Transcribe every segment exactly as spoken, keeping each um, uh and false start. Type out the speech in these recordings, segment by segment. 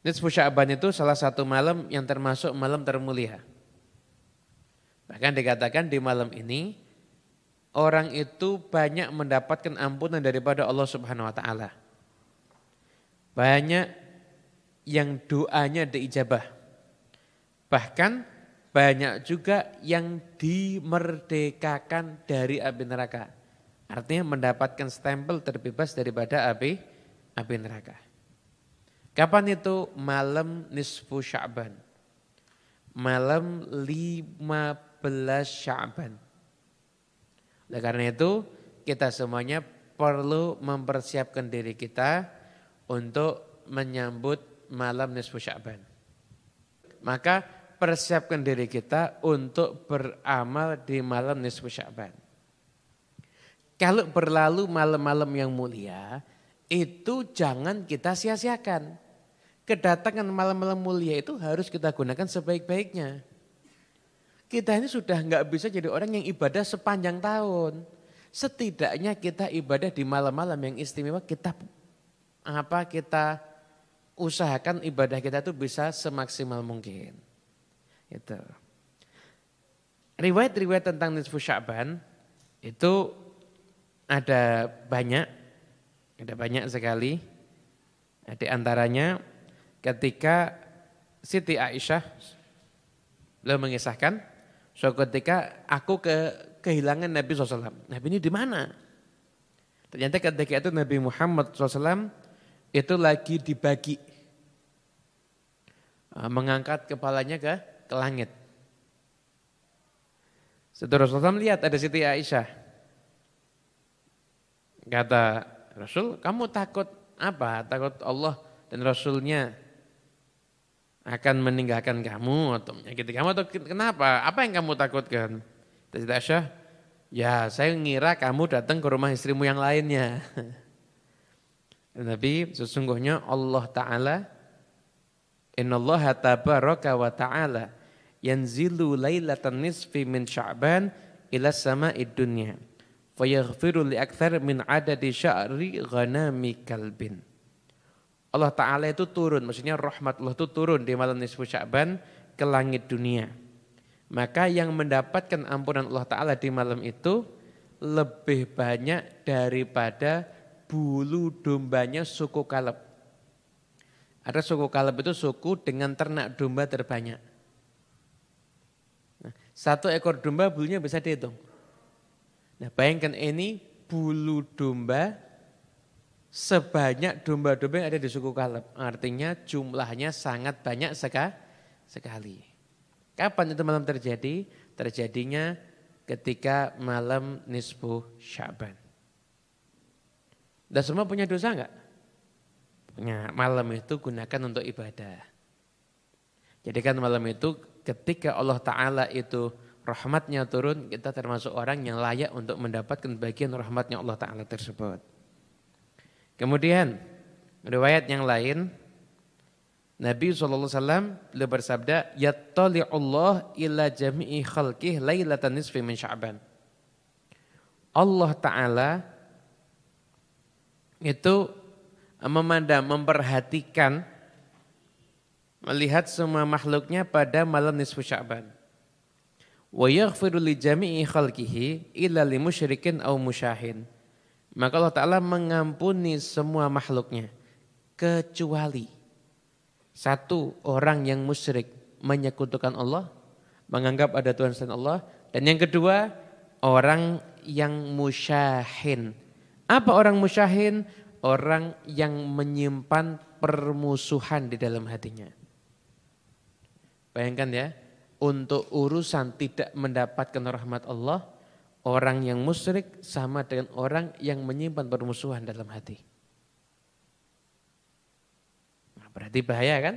Nisfu Sya'ban itu salah satu malam yang termasuk malam termulia. Bahkan dikatakan di malam ini orang itu banyak mendapatkan ampunan daripada Allah Subhanahu wa taala. Banyak yang doanya diijabah. Bahkan banyak juga yang dimerdekakan dari api neraka. Artinya mendapatkan stempel terbebas daripada api api neraka. Kapan itu? Malam nisfu Sya'ban. Malam lima belas Sya'ban. Oleh karena itu kita semuanya perlu mempersiapkan diri kita untuk menyambut malam nisfu Sya'ban. Maka persiapkan diri kita untuk beramal di malam nisfu Sya'ban. Kalau berlalu malam-malam yang mulia, itu jangan kita sia-siakan. Kedatangan malam-malam mulia itu harus kita gunakan sebaik-baiknya. Kita ini sudah nggak bisa jadi orang yang ibadah sepanjang tahun. Setidaknya kita ibadah di malam-malam yang istimewa, kita apa kita usahakan ibadah kita itu bisa semaksimal mungkin. Itu. Riwayat-riwayat tentang nisfu Sya'ban itu ada banyak. Ada banyak sekali. Di antaranya ketika Siti Aisyah beliau mengisahkan, suatu ketika aku ke kehilangan Nabi shallallahu alaihi wasallam. Nabi ini di mana? Ternyata ketika itu Nabi Muhammad shallallahu alaihi wasallam itu lagi dibagi, mengangkat kepalanya ke ke langit. Setelah Rasulullah melihat ada Siti Aisyah. Kata Rasul, kamu takut apa? Takut Allah dan Rasulnya akan meninggalkan kamu atau menyakiti kamu atau kenapa? Apa yang kamu takutkan? Siti Aisyah, ya saya ngira kamu datang ke rumah istrimu yang lainnya. Tapi sesungguhnya Allah Ta'ala, innallaha tabaraka wa ta'ala yanzilu lailatan nisfi min Sya'ban ila sama'id dunya. Fayaghfiru li akthar min adadi sya'ri ghanami kalbin. Allah Ta'ala itu turun, maksudnya rahmat Allah itu turun di malam nisfu Sya'ban ke langit dunia. Maka yang mendapatkan ampunan Allah Ta'ala di malam itu lebih banyak daripada bulu dombanya suku Kaleb. Ada suku Kaleb itu suku dengan ternak domba terbanyak. Nah, satu ekor domba bulunya bisa dihitung. Nah, bayangkan ini bulu domba sebanyak domba-domba yang ada di suku Kaleb. Artinya jumlahnya sangat banyak sekali. Kapan itu malam terjadi? Terjadinya ketika malam nisfu Sya'ban. Dan semua punya dosa enggak? Punya. Malam itu gunakan untuk ibadah. Jadi kan malam itu ketika Allah Ta'ala itu rahmatnya turun, kita termasuk orang yang layak untuk mendapatkan bagian rahmatnya Allah Ta'ala tersebut. Kemudian riwayat yang lain, Nabi shallallahu alaihi wasallam beliau bersabda, yattali'ullah ila jami'i khalqih lailatan nisfi min Sya'ban. Allah Ta'ala itu memandang, memperhatikan, melihat semua makhluknya pada malam nisfu Sya'ban. Wa yaghfiru li jami'i khalqihi illa li musyrikin aw musyahin. Maka Allah Ta'ala mengampuni semua makhluknya kecuali satu, orang yang musyrik, menyekutukan Allah, menganggap ada Tuhan selain Allah, dan yang kedua orang yang musyahin. Apa orang musyahin? Orang yang menyimpan permusuhan di dalam hatinya. Bayangkan ya, untuk urusan tidak mendapatkan rahmat Allah, orang yang musyrik sama dengan orang yang menyimpan permusuhan dalam hati. Nah, berarti bahaya kan?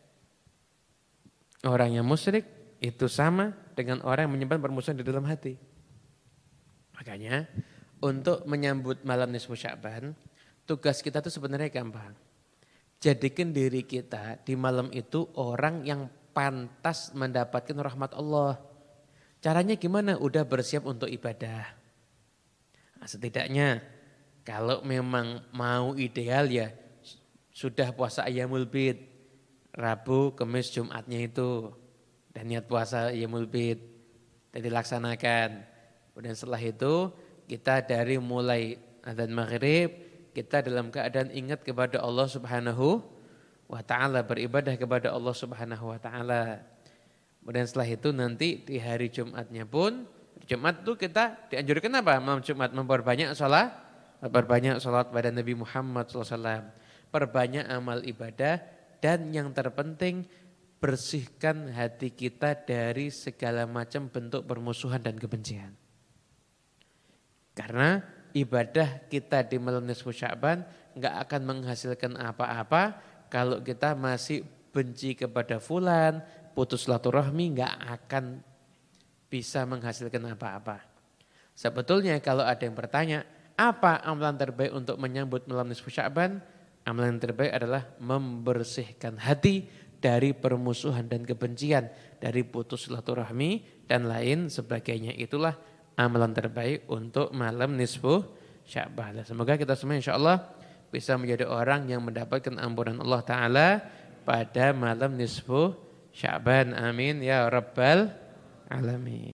Orang yang musyrik itu sama dengan orang yang menyimpan permusuhan di dalam hati. Makanya untuk menyambut malam nisfu Sya'ban, tugas kita itu sebenarnya gampang. Jadikan diri kita di malam itu orang yang pantas mendapatkan rahmat Allah. Caranya gimana? Udah bersiap untuk ibadah. Nah, setidaknya kalau memang mau ideal ya sudah puasa Ayyamul Bid. Rabu, Kamis, Jumatnya itu. Dan niat puasa Yaumul Bid. Dan dilaksanakan. Kemudian setelah itu kita dari mulai adzan maghrib, kita dalam keadaan ingat kepada Allah Subhanahu wa ta'ala, beribadah kepada Allah Subhanahu wa ta'ala. Kemudian setelah itu nanti di hari Jumatnya pun, Jumat itu kita dianjurkan apa? Malam Jumat memperbanyak sholat, memperbanyak sholat pada Nabi Muhammad shallallahu alaihi wasallam, perbanyak amal ibadah, dan yang terpenting bersihkan hati kita dari segala macam bentuk permusuhan dan kebencian. Karena ibadah kita di malam nisfu Sya'ban enggak akan menghasilkan apa-apa kalau kita masih benci kepada fulan, putus silaturahmi, enggak akan bisa menghasilkan apa-apa. Sebetulnya kalau ada yang bertanya, apa amalan terbaik untuk menyambut malam nisfu Sya'ban? Amalan yang terbaik adalah membersihkan hati dari permusuhan dan kebencian, dari putus silaturahmi dan lain sebagainya. Itulah amalan terbaik untuk malam nisfu Sya'ban. Semoga kita semua insya Allah bisa menjadi orang yang mendapatkan ampunan Allah Ta'ala pada malam nisfu Sya'ban. Amin ya Rabbal Alamin.